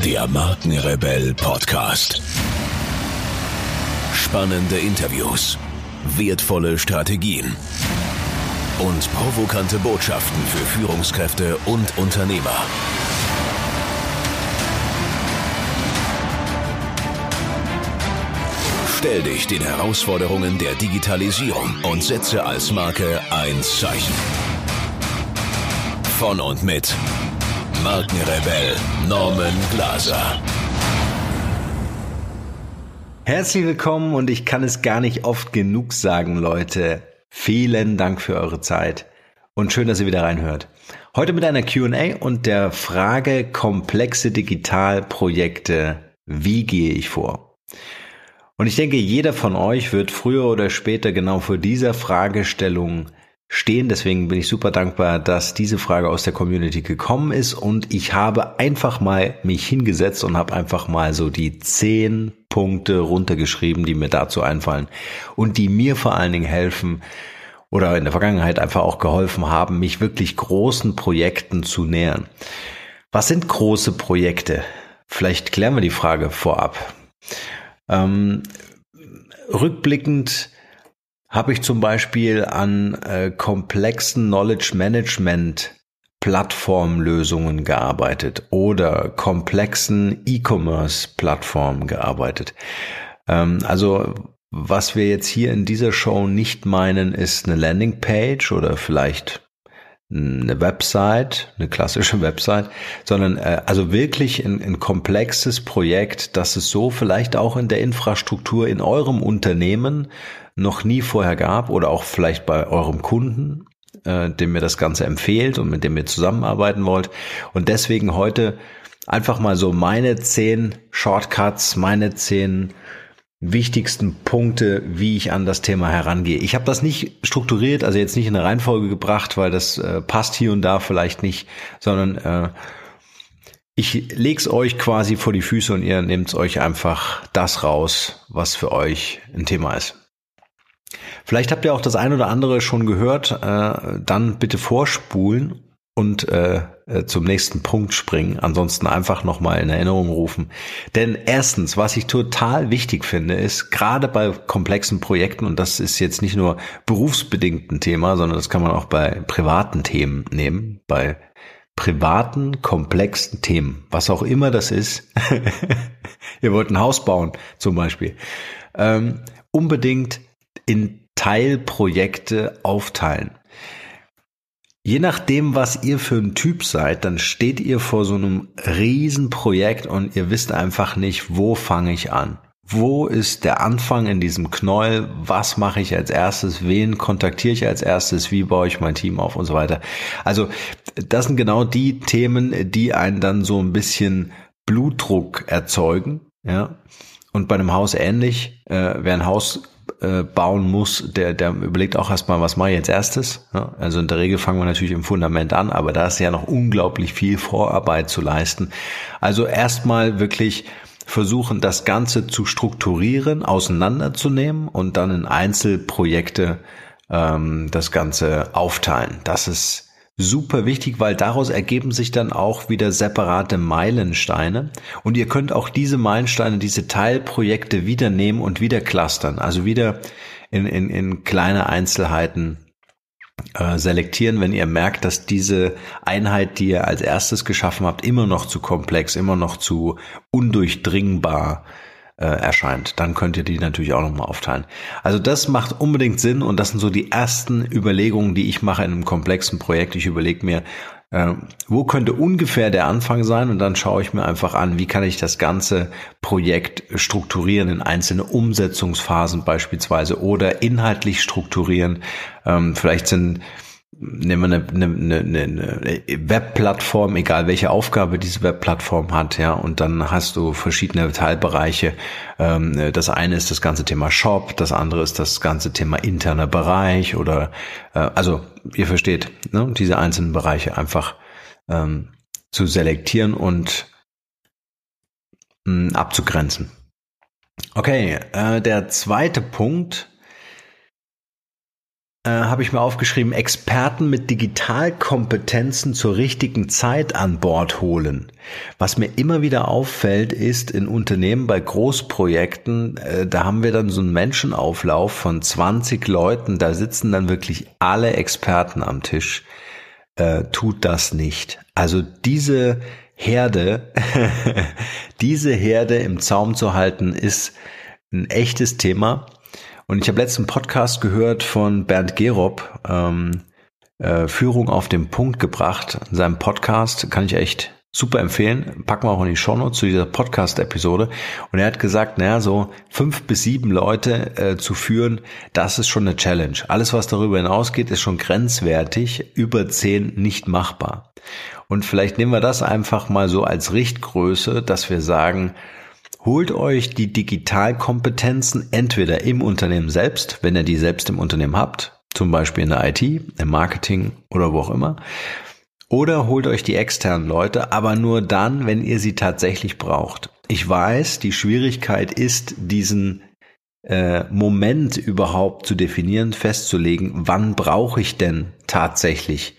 Der Markenrebell Podcast. Spannende Interviews, wertvolle Strategien und provokante Botschaften für Führungskräfte und Unternehmer. Stell dich den Herausforderungen der Digitalisierung und setze als Marke ein Zeichen. Von und mit Markenrebell Norman Glaser. Herzlich willkommen und ich kann es gar nicht oft genug sagen, Leute. Vielen Dank für eure Zeit und schön, dass ihr wieder reinhört. Heute mit einer Q&A und der Frage komplexe Digitalprojekte. Wie gehe ich vor? Und ich denke, jeder von euch wird früher oder später genau vor dieser Fragestellung stehen. Deswegen bin ich super dankbar, dass diese Frage aus der Community gekommen ist und ich habe einfach mal mich hingesetzt und habe einfach mal so die 10 Punkte runtergeschrieben, die mir dazu einfallen und die mir vor allen Dingen helfen oder in der Vergangenheit einfach auch geholfen haben, mich wirklich großen Projekten zu nähern. Was sind große Projekte? Vielleicht klären wir die Frage vorab. Rückblickend habe ich zum Beispiel an komplexen Knowledge Management Plattformlösungen gearbeitet oder komplexen E-Commerce Plattformen gearbeitet. Also was wir jetzt hier in dieser Show nicht meinen, ist eine Landingpage oder vielleicht eine Website, eine klassische Website, sondern also wirklich ein komplexes Projekt, das es so vielleicht auch in der Infrastruktur in eurem Unternehmen noch nie vorher gab oder auch vielleicht bei eurem Kunden, dem ihr das Ganze empfehlt und mit dem ihr zusammenarbeiten wollt. Und deswegen heute einfach mal so meine 10 Shortcuts, meine 10 wichtigsten Punkte, wie ich an das Thema herangehe. Ich habe das nicht strukturiert, also jetzt nicht in eine Reihenfolge gebracht, weil das passt hier und da vielleicht nicht, sondern ich leg's euch quasi vor die Füße und ihr nehmt euch einfach das raus, was für euch ein Thema ist. Vielleicht habt ihr auch das ein oder andere schon gehört, dann bitte vorspulen und zum nächsten Punkt springen. Ansonsten einfach nochmal in Erinnerung rufen. Denn erstens, was ich total wichtig finde, ist, gerade bei komplexen Projekten, und das ist jetzt nicht nur berufsbedingt ein Thema, sondern das kann man auch bei privaten Themen nehmen, bei privaten, komplexen Themen, was auch immer das ist. Ihr wollt ein Haus bauen, zum Beispiel. Unbedingt in Teilprojekte aufteilen. Je nachdem, was ihr für ein Typ seid, dann steht ihr vor so einem Riesenprojekt und ihr wisst einfach nicht, wo fange ich an? Wo ist der Anfang in diesem Knäuel? Was mache ich als erstes? Wen kontaktiere ich als erstes? Wie baue ich mein Team auf und so weiter? Also das sind genau die Themen, die einen dann so ein bisschen Blutdruck erzeugen, ja. Und bei einem Haus ähnlich. Wer ein Haus bauen muss, der überlegt auch erstmal, was mache ich als erstes. Ja, also in der Regel fangen wir natürlich im Fundament an, aber da ist ja noch unglaublich viel Vorarbeit zu leisten. Also erstmal wirklich versuchen, das Ganze zu strukturieren, auseinanderzunehmen und dann in Einzelprojekte das Ganze aufteilen. Das ist super wichtig, weil daraus ergeben sich dann auch wieder separate Meilensteine und ihr könnt auch diese Meilensteine, diese Teilprojekte wieder nehmen und wieder clustern, also wieder in kleine Einzelheiten selektieren, wenn ihr merkt, dass diese Einheit, die ihr als erstes geschaffen habt, immer noch zu komplex, immer noch zu undurchdringbar erscheint, dann könnt ihr die natürlich auch nochmal aufteilen. Also das macht unbedingt Sinn und das sind so die ersten Überlegungen, die ich mache in einem komplexen Projekt. Ich überlege mir, wo könnte ungefähr der Anfang sein und dann schaue ich mir einfach an, wie kann ich das ganze Projekt strukturieren in einzelne Umsetzungsphasen beispielsweise oder inhaltlich strukturieren. Vielleicht nehmen wir eine Webplattform, egal welche Aufgabe diese Webplattform hat, ja, und dann hast du verschiedene Teilbereiche. Das eine ist das ganze Thema Shop, das andere ist das ganze Thema interner Bereich oder also ihr versteht, ne, diese einzelnen Bereiche einfach zu selektieren und abzugrenzen. Okay, der zweite Punkt habe ich mir aufgeschrieben, Experten mit Digitalkompetenzen zur richtigen Zeit an Bord holen. Was mir immer wieder auffällt, ist in Unternehmen bei Großprojekten, da haben wir dann so einen Menschenauflauf von 20 Leuten, da sitzen dann wirklich alle Experten am Tisch. Tut das nicht. Also diese Herde, diese Herde im Zaum zu halten, ist ein echtes Thema. Und ich habe letzten Podcast gehört von Bernd Gerob, Führung auf den Punkt gebracht. In seinem Podcast kann ich echt super empfehlen. Packen wir auch in die Shownotes zu dieser Podcast-Episode. Und er hat gesagt, naja, so 5 bis 7 Leute zu führen, das ist schon eine Challenge. Alles, was darüber hinausgeht, ist schon grenzwertig. Über 10 nicht machbar. Und vielleicht nehmen wir das einfach mal so als Richtgröße, dass wir sagen, holt euch die Digitalkompetenzen entweder im Unternehmen selbst, wenn ihr die selbst im Unternehmen habt, zum Beispiel in der IT, im Marketing oder wo auch immer, oder holt euch die externen Leute, aber nur dann, wenn ihr sie tatsächlich braucht. Ich weiß, die Schwierigkeit ist, diesen Moment überhaupt zu definieren, festzulegen, wann brauche ich denn tatsächlich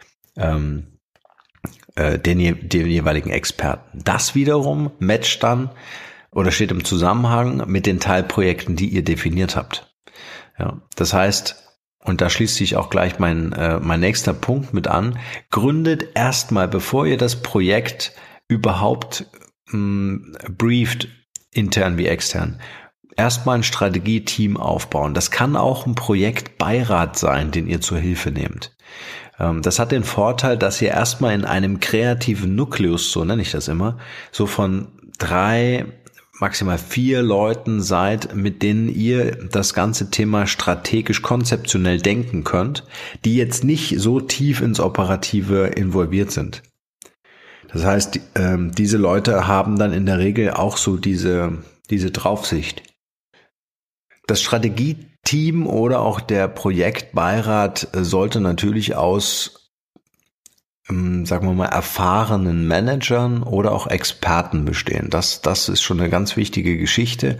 den jeweiligen Experten. Das wiederum matcht dann oder steht im Zusammenhang mit den Teilprojekten, die ihr definiert habt. Ja, das heißt, und da schließt sich auch gleich mein nächster Punkt mit an, gründet erstmal, bevor ihr das Projekt überhaupt brieft, intern wie extern, erstmal ein Strategieteam aufbauen. Das kann auch ein Projektbeirat sein, den ihr zur Hilfe nehmt. Das hat den Vorteil, dass ihr erstmal in einem kreativen Nukleus, so nenne ich das immer, so von 3, maximal 4 Leuten seid, mit denen ihr das ganze Thema strategisch konzeptionell denken könnt, die jetzt nicht so tief ins Operative involviert sind. Das heißt, diese Leute haben dann in der Regel auch so diese Draufsicht. Das Strategieteam oder auch der Projektbeirat sollte natürlich aus, sagen wir mal, erfahrenen Managern oder auch Experten bestehen. Das ist schon eine ganz wichtige Geschichte.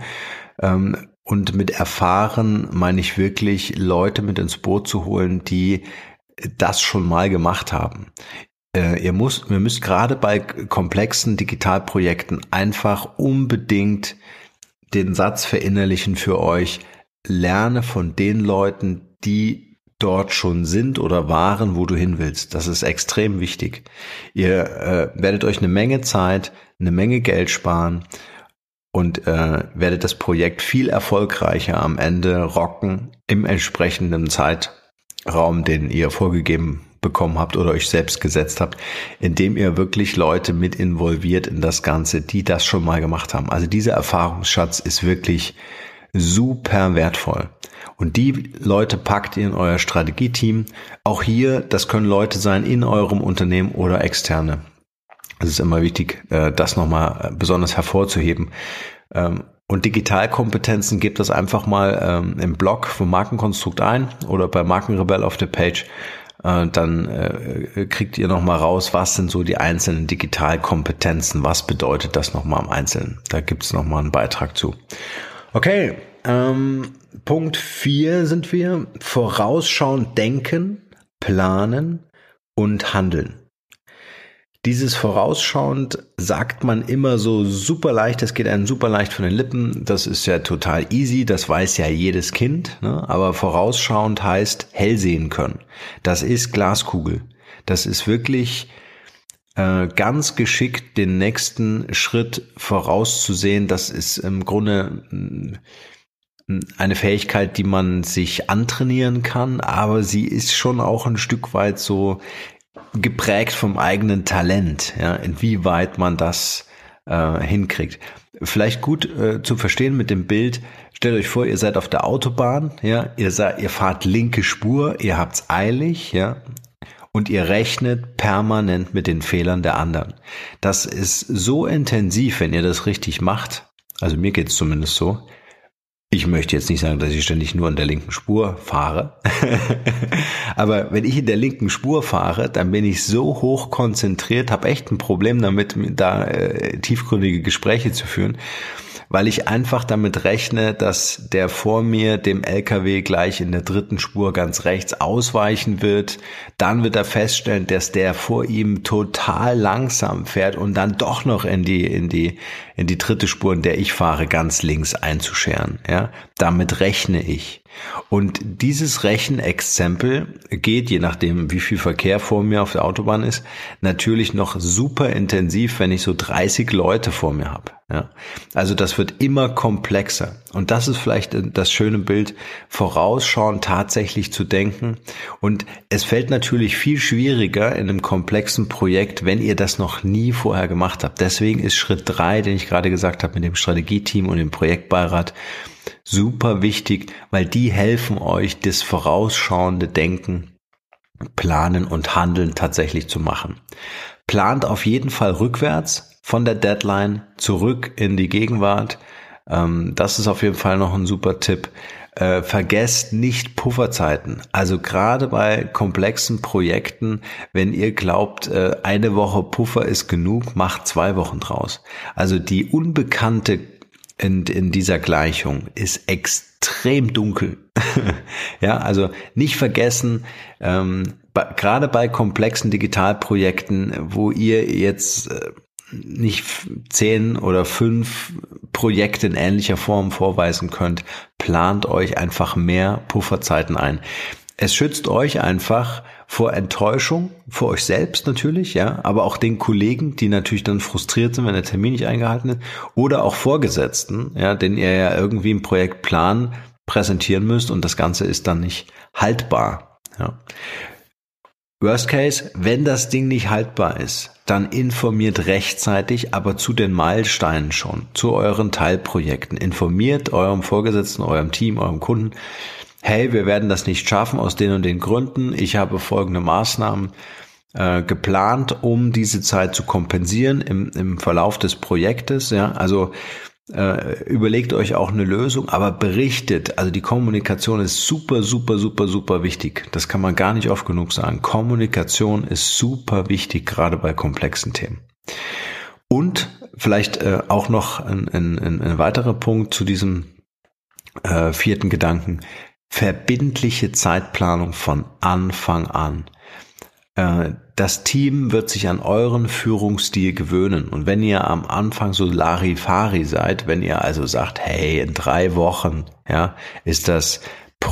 Und mit erfahren meine ich wirklich, Leute mit ins Boot zu holen, die das schon mal gemacht haben. Ihr müsst gerade bei komplexen Digitalprojekten einfach unbedingt den Satz verinnerlichen für euch: Lerne von den Leuten, die dort schon sind oder waren, wo du hin willst. Das ist extrem wichtig. Ihr werdet euch eine Menge Zeit, eine Menge Geld sparen und werdet das Projekt viel erfolgreicher am Ende rocken im entsprechenden Zeitraum, den ihr vorgegeben bekommen habt oder euch selbst gesetzt habt, indem ihr wirklich Leute mit involviert in das Ganze, die das schon mal gemacht haben. Also dieser Erfahrungsschatz ist wirklich super wertvoll. Und die Leute packt ihr in euer Strategieteam. Auch hier, das können Leute sein in eurem Unternehmen oder externe. Es ist immer wichtig, das nochmal besonders hervorzuheben. Und Digitalkompetenzen, gebt das einfach mal im Blog vom Markenkonstrukt ein oder bei Markenrebell auf der Page. Dann kriegt ihr nochmal raus, was sind so die einzelnen Digitalkompetenzen, was bedeutet das nochmal im Einzelnen. Da gibt es nochmal einen Beitrag zu. Okay, Punkt 4 sind wir. Vorausschauend denken, planen und handeln. Dieses vorausschauend sagt man immer so super leicht, das geht einem super leicht von den Lippen, das ist ja total easy, das weiß ja jedes Kind, ne? Aber vorausschauend heißt hell sehen können. Das ist Glaskugel. Das ist wirklich ganz geschickt den nächsten Schritt vorauszusehen. Das ist im Grunde eine Fähigkeit, die man sich antrainieren kann, aber sie ist schon auch ein Stück weit so geprägt vom eigenen Talent, ja, inwieweit man das hinkriegt. Vielleicht gut zu verstehen mit dem Bild: Stellt euch vor, ihr seid auf der Autobahn, ja, ihr fahrt linke Spur, ihr habt's eilig, ja, und ihr rechnet permanent mit den Fehlern der anderen. Das ist so intensiv, wenn ihr das richtig macht, also mir geht's zumindest so, Ich möchte jetzt nicht sagen, dass ich ständig nur in der linken Spur fahre, aber wenn ich in der linken Spur fahre, dann bin ich so hoch konzentriert, habe echt ein Problem damit, da tiefgründige Gespräche zu führen, weil ich einfach damit rechne, dass der vor mir dem LKW gleich in der dritten Spur ganz rechts ausweichen wird. Dann wird er feststellen, dass der vor ihm total langsam fährt und dann doch noch in die dritte Spur, in der ich fahre, ganz links einzuscheren. Ja, damit rechne ich. Und dieses Rechenexempel geht, je nachdem, wie viel Verkehr vor mir auf der Autobahn ist, natürlich noch super intensiv, wenn ich so 30 Leute vor mir habe. Ja, also das wird immer komplexer. Und das ist vielleicht das schöne Bild, vorausschauend tatsächlich zu denken. Und es fällt natürlich viel schwieriger in einem komplexen Projekt, wenn ihr das noch nie vorher gemacht habt. Deswegen ist Schritt 3, den ich gerade gesagt habe, mit dem Strategieteam und dem Projektbeirat, super wichtig, weil die helfen euch, das vorausschauende Denken, Planen und Handeln tatsächlich zu machen. Plant auf jeden Fall rückwärts von der Deadline zurück in die Gegenwart. Das ist auf jeden Fall noch ein super Tipp. Vergesst nicht Pufferzeiten. Also gerade bei komplexen Projekten, wenn ihr glaubt, eine Woche Puffer ist genug, macht 2 Wochen draus. Also die Unbekannte in dieser Gleichung ist extrem dunkel. Ja, also nicht vergessen, gerade bei komplexen Digitalprojekten, wo ihr jetzt nicht 10 oder 5 Projekte in ähnlicher Form vorweisen könnt, plant euch einfach mehr Pufferzeiten ein. Es schützt euch einfach vor Enttäuschung, vor euch selbst natürlich, ja, aber auch den Kollegen, die natürlich dann frustriert sind, wenn der Termin nicht eingehalten ist, oder auch Vorgesetzten, ja, den ihr ja irgendwie im Projektplan präsentieren müsst und das Ganze ist dann nicht haltbar, ja. Worst case, wenn das Ding nicht haltbar ist, dann informiert rechtzeitig, aber zu den Meilensteinen schon, zu euren Teilprojekten. Informiert eurem Vorgesetzten, eurem Team, eurem Kunden, hey, wir werden das nicht schaffen aus den und den Gründen. Ich habe folgende Maßnahmen geplant, um diese Zeit zu kompensieren im Verlauf des Projektes. Ja, also überlegt euch auch eine Lösung, aber berichtet. Also die Kommunikation ist super, super, super, super wichtig. Das kann man gar nicht oft genug sagen. Kommunikation ist super wichtig, gerade bei komplexen Themen. Und vielleicht auch noch ein weiterer Punkt zu diesem 4. Gedanken. Verbindliche Zeitplanung von Anfang an. Das Team wird sich an euren Führungsstil gewöhnen. Und wenn ihr am Anfang so Larifari seid, wenn ihr also sagt, hey, in 3 Wochen, ja, ist das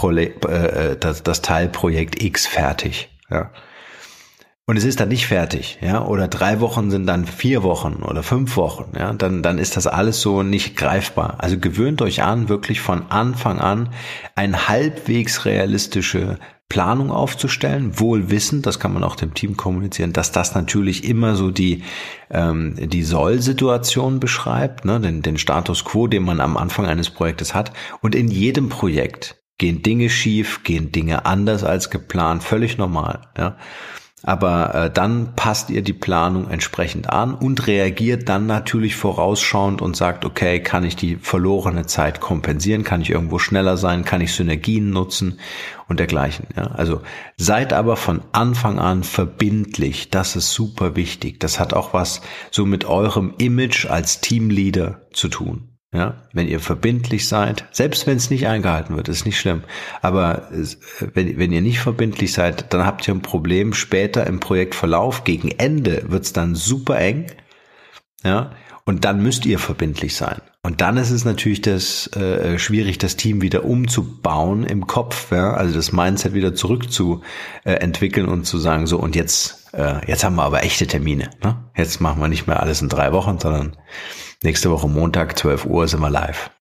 Teilprojekt X fertig, ja. Und es ist dann nicht fertig, ja, oder 3 Wochen sind dann 4 Wochen oder 5 Wochen, ja, dann ist das alles so nicht greifbar. Also gewöhnt euch an, wirklich von Anfang an eine halbwegs realistische Planung aufzustellen, wohl wissend, das kann man auch dem Team kommunizieren, dass das natürlich immer so die Soll-Situation beschreibt, ne, den Status quo, den man am Anfang eines Projektes hat. Und in jedem Projekt gehen Dinge schief, gehen Dinge anders als geplant, völlig normal, ja. Aber dann passt ihr die Planung entsprechend an und reagiert dann natürlich vorausschauend und sagt, okay, kann ich die verlorene Zeit kompensieren, kann ich irgendwo schneller sein, kann ich Synergien nutzen und dergleichen. Ja, also seid aber von Anfang an verbindlich, das ist super wichtig. Das hat auch was so mit eurem Image als Teamleader zu tun. Ja, wenn ihr verbindlich seid, selbst wenn es nicht eingehalten wird, ist nicht schlimm. Aber wenn ihr nicht verbindlich seid, dann habt ihr ein Problem später im Projektverlauf. Gegen Ende wird's dann super eng. Ja, und dann müsst ihr verbindlich sein. Und dann ist es natürlich schwierig, das Team wieder umzubauen im Kopf, ja, also das Mindset wieder zurückzuentwickeln und zu sagen, so und jetzt haben wir aber echte Termine. Ne? Jetzt machen wir nicht mehr alles in 3 Wochen, sondern nächste Woche Montag, 12 Uhr sind wir live.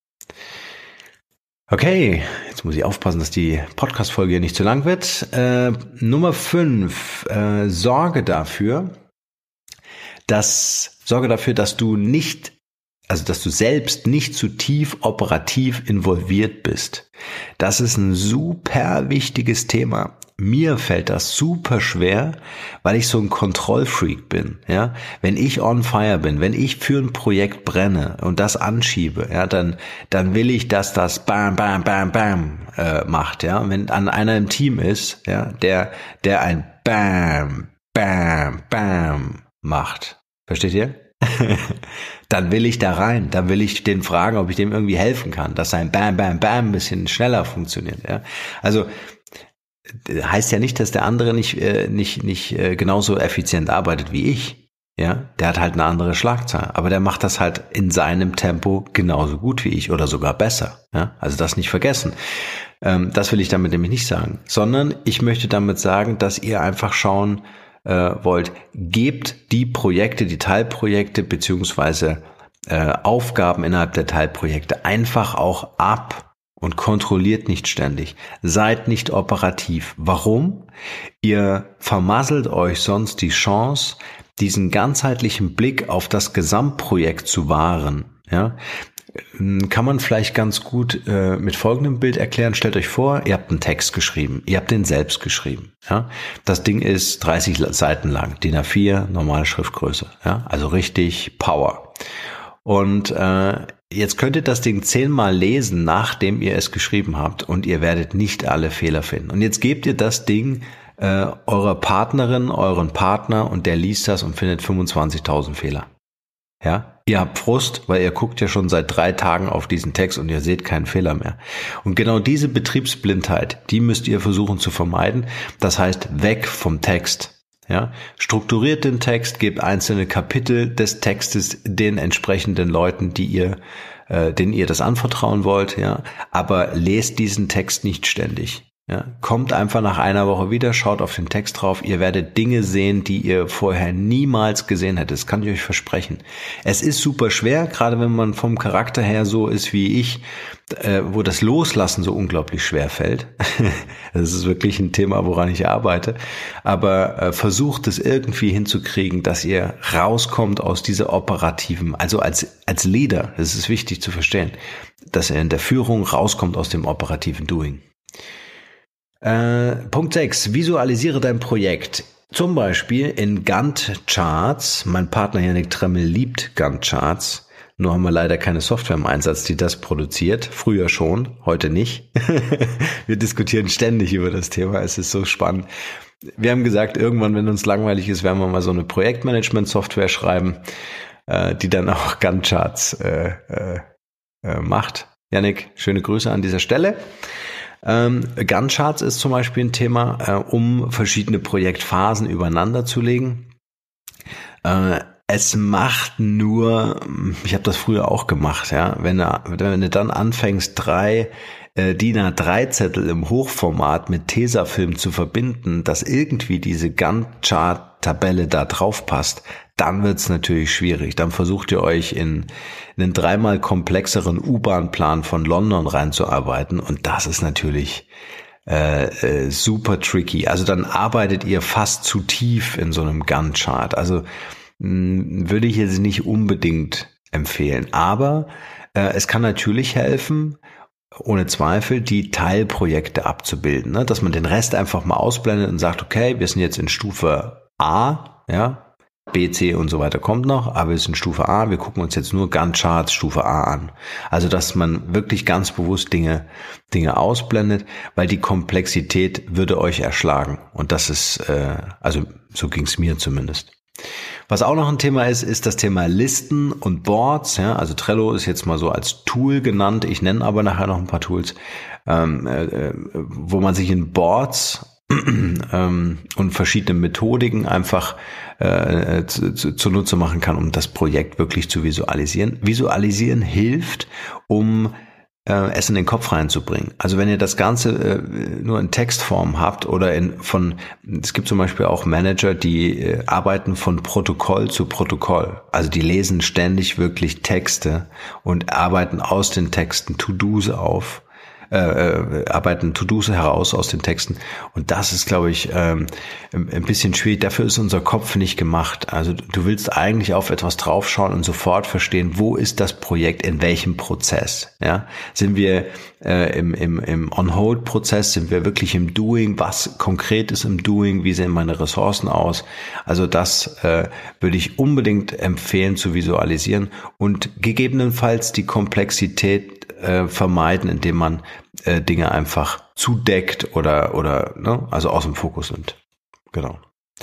Okay, jetzt muss ich aufpassen, dass die Podcast-Folge hier nicht zu lang wird. Nummer 5, sorge dafür, dass du selbst nicht zu tief operativ involviert bist. Das ist ein super wichtiges Thema. mir fällt das super schwer, weil ich so ein Kontrollfreak bin, ja. Wenn ich on fire bin, wenn ich für ein Projekt brenne und das anschiebe, ja, dann will ich, dass das bam, bam, bam, bam, macht, ja. Und wenn an einer im Team ist, ja, der ein bam, bam, bam macht. Versteht ihr? Dann will ich da rein, dann will ich den fragen, ob ich dem irgendwie helfen kann, dass sein Bam, Bam, Bam ein bisschen schneller funktioniert. Ja? Also heißt ja nicht, dass der andere nicht genauso effizient arbeitet wie ich. Ja, der hat halt eine andere Schlagzahl, aber der macht das halt in seinem Tempo genauso gut wie ich oder sogar besser. Ja, also das nicht vergessen. Das will ich damit nämlich nicht sagen, sondern ich möchte damit sagen, dass ihr einfach schauen wollt, gebt die Projekte, die Teilprojekte beziehungsweise Aufgaben innerhalb der Teilprojekte einfach auch ab und kontrolliert nicht ständig. Seid nicht operativ. Warum? Ihr vermasselt euch sonst die Chance, diesen ganzheitlichen Blick auf das Gesamtprojekt zu wahren. Ja? Kann man vielleicht ganz gut mit folgendem Bild erklären. Stellt euch vor, ihr habt einen Text geschrieben. Ihr habt den selbst geschrieben. Ja? Das Ding ist 30 Seiten lang, DIN A4, normale Schriftgröße. Ja? Also richtig Power. Und jetzt könnt ihr das Ding 10-mal lesen, nachdem ihr es geschrieben habt, und ihr werdet nicht alle Fehler finden. Und jetzt gebt ihr das Ding eurer Partnerin, euren Partner, und der liest das und findet 25.000 Fehler. Ja, ihr habt Frust, weil ihr guckt ja schon seit 3 Tagen auf diesen Text und ihr seht keinen Fehler mehr. Und genau diese Betriebsblindheit, die müsst ihr versuchen zu vermeiden. Das heißt, weg vom Text. Ja, strukturiert den Text, gebt einzelne Kapitel des Textes den entsprechenden Leuten, denen ihr das anvertrauen wollt. Ja, aber lest diesen Text nicht ständig. Ja, kommt einfach nach einer Woche wieder, schaut auf den Text drauf, ihr werdet Dinge sehen, die ihr vorher niemals gesehen hättet. Das kann ich euch versprechen. Es ist super schwer, gerade wenn man vom Charakter her so ist wie ich, wo das Loslassen so unglaublich schwer fällt. Das ist wirklich ein Thema, woran ich arbeite. Aber versucht es irgendwie hinzukriegen, dass ihr rauskommt aus dieser operativen, also als Leader, das ist wichtig zu verstehen, dass ihr in der Führung rauskommt aus dem operativen Doing. Punkt 6. Visualisiere dein Projekt. Zum Beispiel in Gantt-Charts. Mein Partner Yannick Tremmel liebt Gantt-Charts. Nur haben wir leider keine Software im Einsatz, die das produziert. Früher schon, heute nicht. Wir diskutieren ständig über das Thema. Es ist so spannend. Wir haben gesagt, irgendwann, wenn uns langweilig ist, werden wir mal so eine Projektmanagement-Software schreiben, die dann auch Gantt-Charts macht. Yannick, schöne Grüße an dieser Stelle. Gantt-Charts ist zum Beispiel ein Thema, um verschiedene Projektphasen übereinander zu legen. Es macht nur, ich habe das früher auch gemacht, ja, wenn du dann anfängst, 3 DIN A3-Zettel im Hochformat mit Tesafilm zu verbinden, dass irgendwie diese Gantt-Chart-Tabelle da drauf passt, dann wird's natürlich schwierig. Dann versucht ihr euch in einen 3-mal komplexeren U-Bahn-Plan von London reinzuarbeiten, und das ist natürlich super tricky. Also dann arbeitet ihr fast zu tief in so einem Gantt-Chart. Also würde ich jetzt nicht unbedingt empfehlen. Aber es kann natürlich helfen, ohne Zweifel die Teilprojekte abzubilden, ne? Dass man den Rest einfach mal ausblendet und sagt, okay, wir sind jetzt in Stufe A, ja, B, C und so weiter kommt noch, aber wir sind Stufe A, wir gucken uns jetzt nur Gantt-Charts Stufe A an. Also, dass man wirklich ganz bewusst Dinge ausblendet, weil die Komplexität würde euch erschlagen. Und das ist, also so ging es mir zumindest. Was auch noch ein Thema ist das Thema Listen und Boards. Ja, also Trello ist jetzt mal so als Tool genannt. Ich nenne aber nachher noch ein paar Tools, wo man sich in Boards und verschiedene Methodiken einfach zunutze machen kann, um das Projekt wirklich zu visualisieren. Visualisieren hilft, um es in den Kopf reinzubringen. Also wenn ihr das Ganze nur in Textform habt oder es gibt zum Beispiel auch Manager, die arbeiten von Protokoll zu Protokoll. Also die lesen ständig wirklich Texte und arbeiten aus den Texten To-Dos auf. arbeiten To-Dos heraus aus den Texten. Und das ist, glaube ich, ein bisschen schwierig. Dafür ist unser Kopf nicht gemacht. Also du willst eigentlich auf etwas draufschauen und sofort verstehen, wo ist das Projekt, in welchem Prozess. Ja? Sind wir im On-Hold-Prozess, sind wir wirklich im Doing, was konkret ist im Doing, wie sehen meine Ressourcen aus. Also das würde ich unbedingt empfehlen zu visualisieren und gegebenenfalls die Komplexität vermeiden, indem man Dinge einfach zudeckt oder also aus dem Fokus nimmt. Genau.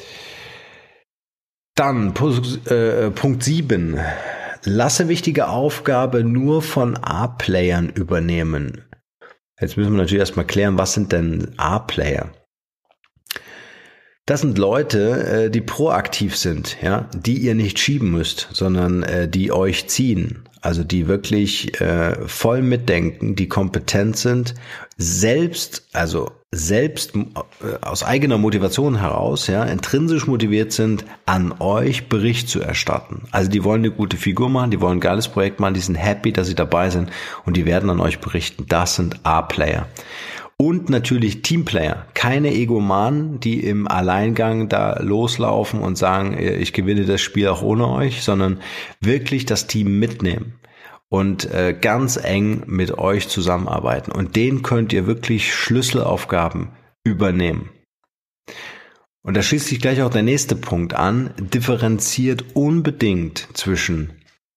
Dann Punkt 7. Lasse wichtige Aufgabe nur von A-Playern übernehmen. Jetzt müssen wir natürlich erstmal klären, was sind denn A-Player? Das sind Leute, die proaktiv sind, ja, die ihr nicht schieben müsst, sondern die euch ziehen. Also die wirklich voll mitdenken, die kompetent sind, selbst aus eigener Motivation heraus, ja, intrinsisch motiviert sind, an euch Bericht zu erstatten. Also die wollen eine gute Figur machen, die wollen ein geiles Projekt machen, die sind happy, dass sie dabei sind und die werden an euch berichten. Das sind A-Player. Und natürlich Teamplayer, keine Egomanen, die im Alleingang da loslaufen und sagen, ich gewinne das Spiel auch ohne euch, sondern wirklich das Team mitnehmen und ganz eng mit euch zusammenarbeiten. Und denen könnt ihr wirklich Schlüsselaufgaben übernehmen. Und da schließt sich gleich auch der nächste Punkt an, differenziert unbedingt zwischen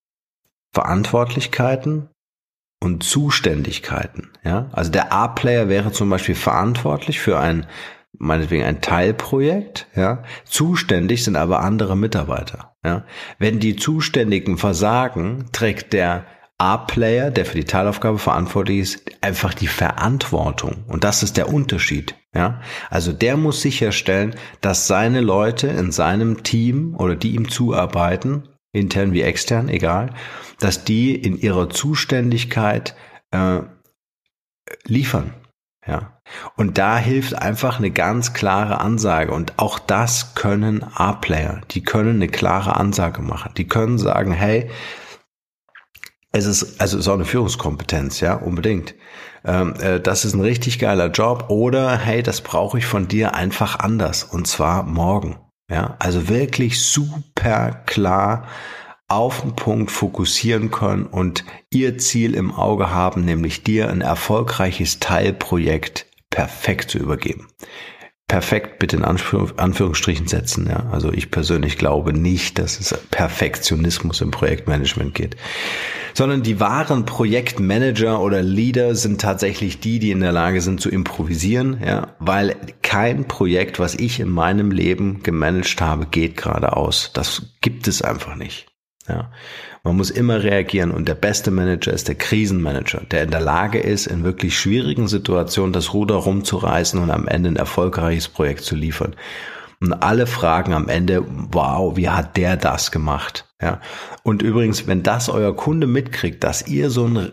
Verantwortlichkeiten und Zuständigkeiten, ja. Also der A-Player wäre zum Beispiel verantwortlich für meinetwegen ein Teilprojekt, ja. Zuständig sind aber andere Mitarbeiter, ja. Wenn die Zuständigen versagen, trägt der A-Player, der für die Teilaufgabe verantwortlich ist, einfach die Verantwortung. Und das ist der Unterschied, ja. Also der muss sicherstellen, dass seine Leute in seinem Team oder die ihm zuarbeiten, intern wie extern, egal, dass die in ihrer Zuständigkeit liefern. Ja. Und da hilft einfach eine ganz klare Ansage. Und auch das können A-Player. Die können eine klare Ansage machen. Die können sagen, hey, es ist auch eine Führungskompetenz, ja, unbedingt. Das ist ein richtig geiler Job. Oder hey, das brauche ich von dir einfach anders. Und zwar morgen. Ja, also wirklich super klar auf den Punkt fokussieren können und ihr Ziel im Auge haben, nämlich dir ein erfolgreiches Teilprojekt perfekt zu übergeben. Perfekt bitte in Anführungsstrichen setzen, ja. Also ich persönlich glaube nicht, dass es Perfektionismus im Projektmanagement geht, sondern die wahren Projektmanager oder Leader sind tatsächlich die in der Lage sind zu improvisieren, ja, weil kein Projekt, was ich in meinem Leben gemanagt habe, geht geradeaus. Das gibt es einfach nicht. Ja, man muss immer reagieren und der beste Manager ist der Krisenmanager, der in der Lage ist, in wirklich schwierigen Situationen das Ruder rumzureißen und am Ende ein erfolgreiches Projekt zu liefern. Und alle fragen am Ende, wow, wie hat der das gemacht? Ja. Und übrigens, wenn das euer Kunde mitkriegt, dass ihr so ein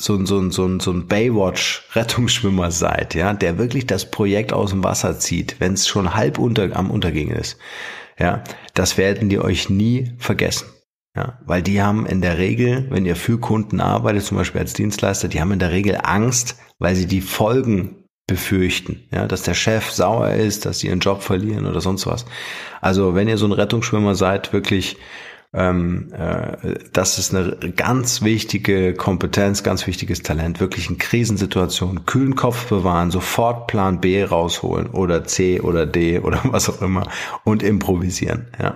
Baywatch-Rettungsschwimmer seid, ja, der wirklich das Projekt aus dem Wasser zieht, wenn es schon halb am Untergehen ist, ja, das werden die euch nie vergessen. Ja, weil die haben in der Regel, wenn ihr für Kunden arbeitet, zum Beispiel als Dienstleister, die haben in der Regel Angst, weil sie die Folgen befürchten, ja, dass der Chef sauer ist, dass sie ihren Job verlieren oder sonst was. Also wenn ihr so ein Rettungsschwimmer seid, wirklich, das ist eine ganz wichtige Kompetenz, ganz wichtiges Talent, wirklich in Krisensituationen kühlen Kopf bewahren, sofort Plan B rausholen oder C oder D oder was auch immer und improvisieren, ja.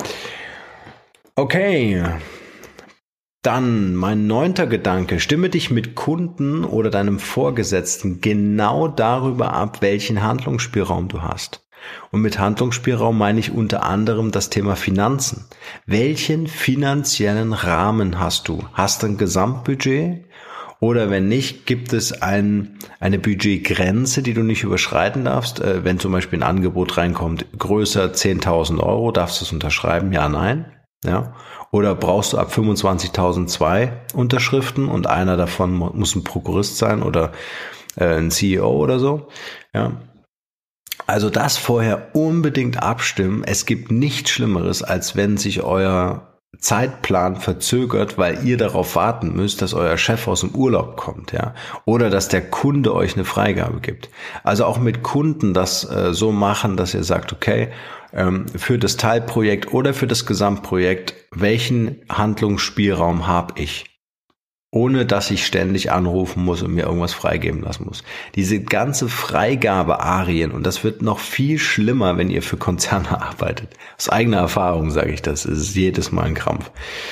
Okay, dann mein 9. Gedanke. Stimme dich mit Kunden oder deinem Vorgesetzten genau darüber ab, welchen Handlungsspielraum du hast. Und mit Handlungsspielraum meine ich unter anderem das Thema Finanzen. Welchen finanziellen Rahmen hast du? Hast du ein Gesamtbudget? Oder wenn nicht, gibt es eine Budgetgrenze, die du nicht überschreiten darfst? Wenn zum Beispiel ein Angebot reinkommt, größer 10.000 Euro, darfst du es unterschreiben? Ja, nein. Ja, oder brauchst du ab 25.000 2 Unterschriften und einer davon muss ein Prokurist sein oder ein CEO oder so. Ja, also das vorher unbedingt abstimmen. Es gibt nichts Schlimmeres, als wenn sich euer Zeitplan verzögert, weil ihr darauf warten müsst, dass euer Chef aus dem Urlaub kommt, ja, oder dass der Kunde euch eine Freigabe gibt. Also auch mit Kunden das so machen, dass ihr sagt, okay, für das Teilprojekt oder für das Gesamtprojekt, welchen Handlungsspielraum habe ich? Ohne dass ich ständig anrufen muss und mir irgendwas freigeben lassen muss. Diese ganze Freigabe-Arien, und das wird noch viel schlimmer, wenn ihr für Konzerne arbeitet. Aus eigener Erfahrung sage ich das, es ist jedes Mal ein Krampf.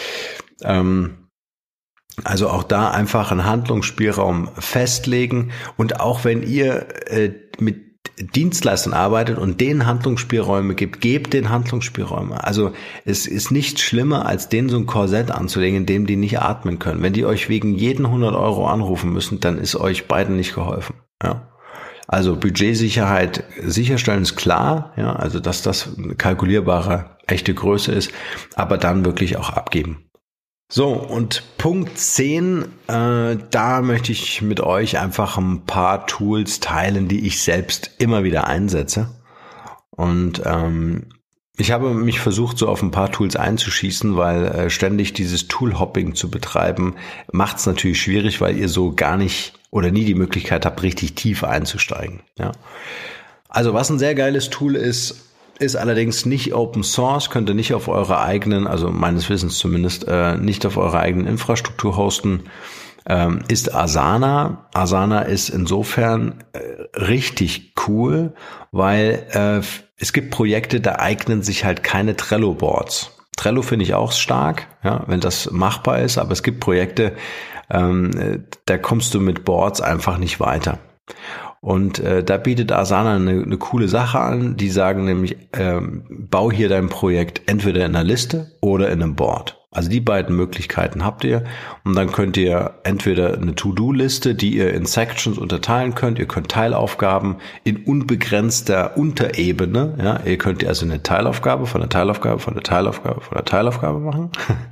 Also auch da einfach einen Handlungsspielraum festlegen, und auch wenn ihr mit Dienstleistern arbeitet und denen Handlungsspielräume gibt, gebt den Handlungsspielräume. Also es ist nichts schlimmer, als denen so ein Korsett anzulegen, in dem die nicht atmen können. Wenn die euch wegen jeden 100 Euro anrufen müssen, dann ist euch beiden nicht geholfen. Ja. Also Budgetsicherheit sicherstellen ist klar, ja, also dass das eine kalkulierbare, echte Größe ist, aber dann wirklich auch abgeben. So, und Punkt 10, da möchte ich mit euch einfach ein paar Tools teilen, die ich selbst immer wieder einsetze. Und ich habe mich versucht, so auf ein paar Tools einzuschießen, weil ständig dieses Tool-Hopping zu betreiben, macht es natürlich schwierig, weil ihr so gar nicht oder nie die Möglichkeit habt, richtig tief einzusteigen. Ja. Also was ein sehr geiles Tool ist allerdings nicht Open Source, könnt ihr nicht auf eurer eigenen, also meines Wissens zumindest, nicht auf eurer eigenen Infrastruktur hosten, ist Asana. Asana ist insofern richtig cool, weil es gibt Projekte, da eignen sich halt keine Trello-Boards. Trello finde ich auch stark, ja, wenn das machbar ist, aber es gibt Projekte, da kommst du mit Boards einfach nicht weiter. Und da bietet Asana eine coole Sache an. Die sagen nämlich, bau hier dein Projekt entweder in einer Liste oder in einem Board. Also die beiden Möglichkeiten habt ihr. Und dann könnt ihr entweder eine To-Do-Liste, die ihr in Sections unterteilen könnt. Ihr könnt Teilaufgaben in unbegrenzter Unterebene. Ja, ihr könnt also eine Teilaufgabe von der Teilaufgabe von der Teilaufgabe von der Teilaufgabe machen.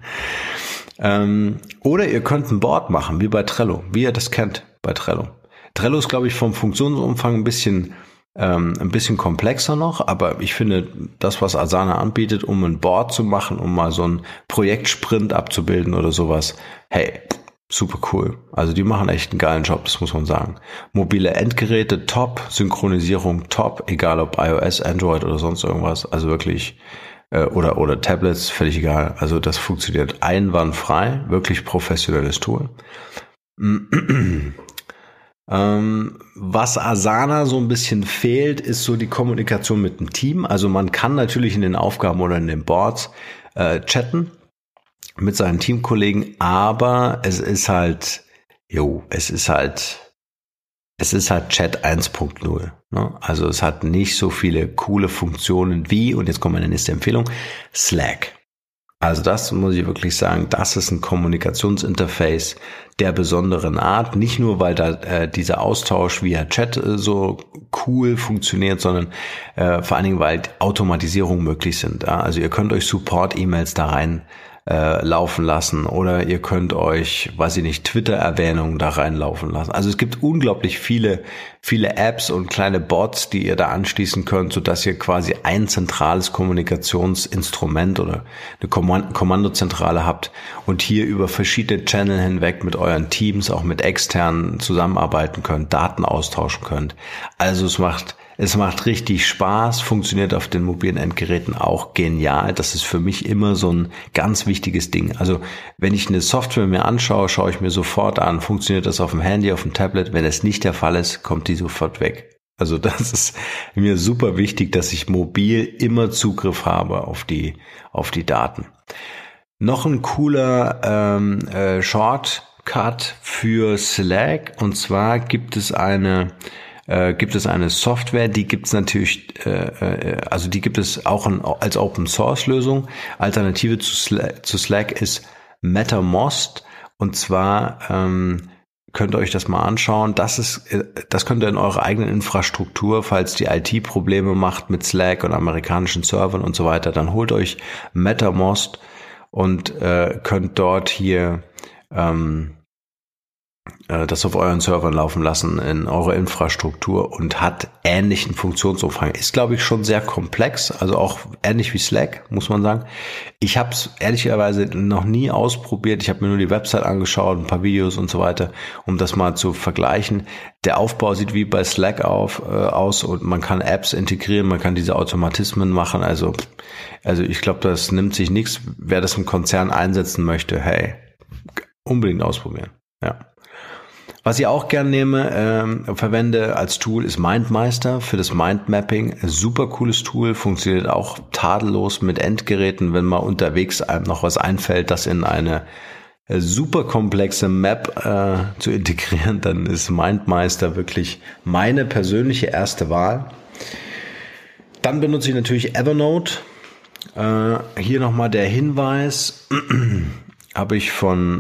Oder ihr könnt ein Board machen, wie bei Trello, wie ihr das kennt bei Trello. Trello ist, glaube ich, vom Funktionsumfang ein bisschen komplexer noch, aber ich finde, das, was Asana anbietet, um ein Board zu machen, um mal so einen Projektsprint abzubilden oder sowas, hey, super cool. Also die machen echt einen geilen Job, das muss man sagen. Mobile Endgeräte top, Synchronisierung top, egal ob iOS, Android oder sonst irgendwas, also wirklich, oder Tablets, völlig egal. Also das funktioniert einwandfrei, wirklich professionelles Tool. Was Asana so ein bisschen fehlt, ist so die Kommunikation mit dem Team. Also man kann natürlich in den Aufgaben oder in den Boards chatten mit seinen Teamkollegen, aber es ist halt Chat 1.0. Ne? Also es hat nicht so viele coole Funktionen wie, und jetzt kommt meine nächste Empfehlung, Slack. Also das muss ich wirklich sagen, das ist ein Kommunikationsinterface der besonderen Art. Nicht nur, weil da dieser Austausch via Chat so cool funktioniert, sondern vor allen Dingen, weil Automatisierungen möglich sind. Ja? Also ihr könnt euch Support-E-Mails da rein laufen lassen oder ihr könnt euch, weiß ich nicht, Twitter-Erwähnungen da reinlaufen lassen. Also es gibt unglaublich viele Apps und kleine Bots, die ihr da anschließen könnt, sodass ihr quasi ein zentrales Kommunikationsinstrument oder eine Kommandozentrale habt und hier über verschiedene Channel hinweg mit euren Teams, auch mit externen zusammenarbeiten könnt, Daten austauschen könnt. Also es macht richtig Spaß, funktioniert auf den mobilen Endgeräten auch genial. Das ist für mich immer so ein ganz wichtiges Ding. Also wenn ich eine Software mir anschaue, schaue ich mir sofort an, funktioniert das auf dem Handy, auf dem Tablet. Wenn es nicht der Fall ist, kommt die sofort weg. Also das ist mir super wichtig, dass ich mobil immer Zugriff habe auf die Daten. Noch ein cooler Shortcut für Slack, und zwar gibt es eine Software, die gibt es natürlich, also die gibt es auch als Open Source Lösung. Alternative zu Slack ist MetaMost, und zwar könnt ihr euch das mal anschauen. Das könnt ihr in eurer eigenen Infrastruktur, falls die IT Probleme macht mit Slack und amerikanischen Servern und so weiter, dann holt euch MetaMost und könnt dort hier das auf euren Servern laufen lassen in eurer Infrastruktur und hat ähnlichen Funktionsumfang. Ist, glaube ich, schon sehr komplex, also auch ähnlich wie Slack, muss man sagen. Ich habe es ehrlicherweise noch nie ausprobiert. Ich habe mir nur die Website angeschaut, ein paar Videos und so weiter, um das mal zu vergleichen. Der Aufbau sieht wie bei Slack aus und man kann Apps integrieren, man kann diese Automatismen machen. Also ich glaube, das nimmt sich nichts. Wer das im Konzern einsetzen möchte, hey, unbedingt ausprobieren. Ja. Was ich auch gern verwende als Tool ist MindMeister für das Mindmapping. Super cooles Tool, funktioniert auch tadellos mit Endgeräten, wenn mal unterwegs einem noch was einfällt, das in eine super komplexe Map zu integrieren, dann ist MindMeister wirklich meine persönliche erste Wahl. Dann benutze ich natürlich Evernote. Hier nochmal der Hinweis, habe ich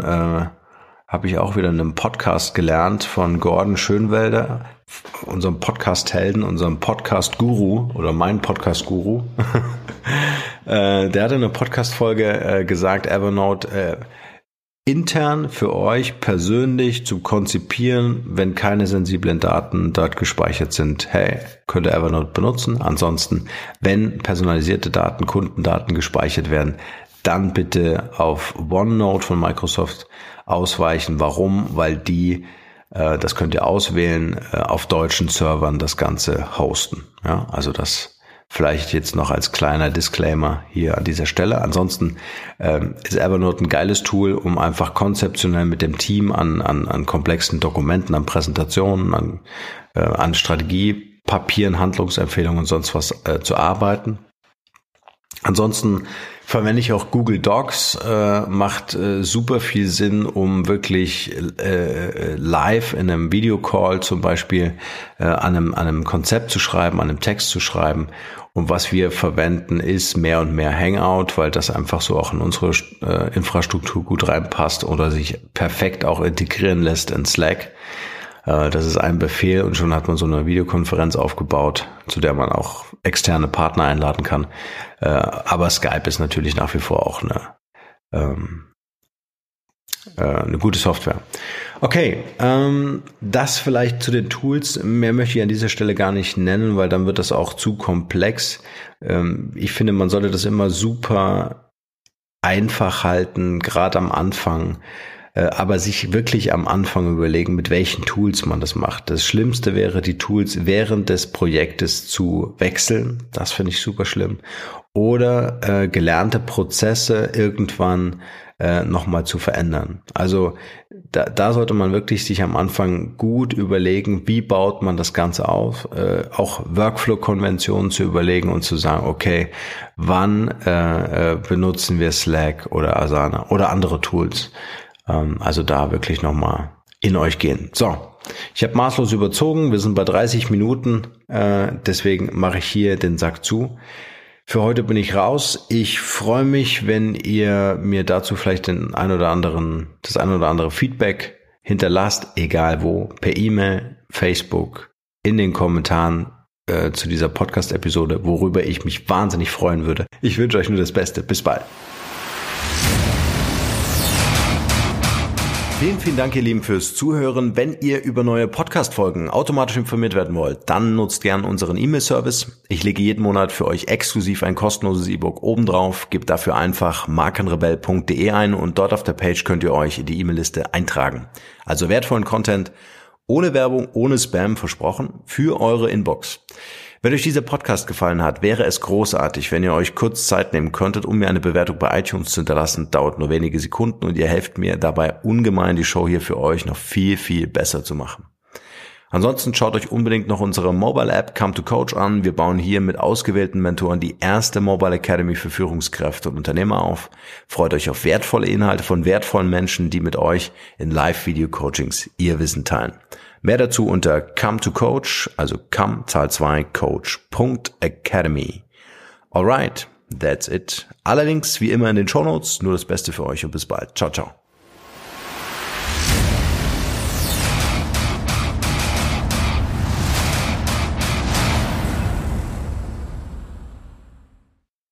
auch wieder in einem Podcast gelernt von Gordon Schönwelder, unserem Podcast-Helden, unserem Podcast-Guru oder mein Podcast-Guru. Der hatte eine Podcast-Folge gesagt, Evernote intern für euch persönlich zu konzipieren, wenn keine sensiblen Daten dort gespeichert sind. Hey, könnt ihr Evernote benutzen. Ansonsten, wenn personalisierte Daten, Kundendaten gespeichert werden, dann bitte auf OneNote von Microsoft ausweichen. Warum? Weil die, das könnt ihr auswählen, auf deutschen Servern das Ganze hosten. Ja, also das vielleicht jetzt noch als kleiner Disclaimer hier an dieser Stelle. Ansonsten ist Evernote ein geiles Tool, um einfach konzeptionell mit dem Team an komplexen Dokumenten, an Präsentationen, an Strategiepapieren, Handlungsempfehlungen und sonst was zu arbeiten. Ansonsten verwende ich auch Google Docs, macht super viel Sinn, um wirklich live in einem Videocall zum Beispiel an einem Konzept zu schreiben, an einem Text zu schreiben. Und was wir verwenden, ist mehr und mehr Hangout, weil das einfach so auch in unsere Infrastruktur gut reinpasst oder sich perfekt auch integrieren lässt in Slack. Das ist ein Befehl und schon hat man so eine Videokonferenz aufgebaut, zu der man auch externe Partner einladen kann. Aber Skype ist natürlich nach wie vor auch eine gute Software. Okay, das vielleicht zu den Tools. Mehr möchte ich an dieser Stelle gar nicht nennen, weil dann wird das auch zu komplex. Ich finde, man sollte das immer super einfach halten, gerade am Anfang. Aber sich wirklich am Anfang überlegen, mit welchen Tools man das macht. Das Schlimmste wäre, die Tools während des Projektes zu wechseln. Das finde ich super schlimm. Oder gelernte Prozesse irgendwann nochmal zu verändern. Also da sollte man wirklich sich am Anfang gut überlegen, wie baut man das Ganze auf, auch Workflow-Konventionen zu überlegen und zu sagen, okay, wann benutzen wir Slack oder Asana oder andere Tools. Also da wirklich nochmal in euch gehen. So, ich habe maßlos überzogen. Wir sind bei 30 Minuten. Deswegen mache ich hier den Sack zu. Für heute bin ich raus. Ich freue mich, wenn ihr mir dazu vielleicht das ein oder andere Feedback hinterlasst, egal wo, per E-Mail, Facebook, in den Kommentaren zu dieser Podcast-Episode, worüber ich mich wahnsinnig freuen würde. Ich wünsche euch nur das Beste. Bis bald. Vielen Dank, ihr Lieben, fürs Zuhören. Wenn ihr über neue Podcast-Folgen automatisch informiert werden wollt, dann nutzt gern unseren E-Mail-Service. Ich lege jeden Monat für euch exklusiv ein kostenloses E-Book obendrauf. Gebt dafür einfach markenrebell.de ein und dort auf der Page könnt ihr euch in die E-Mail-Liste eintragen. Also wertvollen Content, ohne Werbung, ohne Spam, versprochen, für eure Inbox. Wenn euch dieser Podcast gefallen hat, wäre es großartig, wenn ihr euch kurz Zeit nehmen könntet, um mir eine Bewertung bei iTunes zu hinterlassen. Dauert nur wenige Sekunden und ihr helft mir dabei ungemein, die Show hier für euch noch viel, viel besser zu machen. Ansonsten schaut euch unbedingt noch unsere Mobile-App Come to Coach an. Wir bauen hier mit ausgewählten Mentoren die erste Mobile Academy für Führungskräfte und Unternehmer auf. Freut euch auf wertvolle Inhalte von wertvollen Menschen, die mit euch in Live-Video-Coachings ihr Wissen teilen. Mehr dazu unter Come to Coach, also come, Zahl 2, coach.academy. Alright, that's it. Allerdings wie immer in den Shownotes, nur das Beste für euch und bis bald. Ciao, ciao.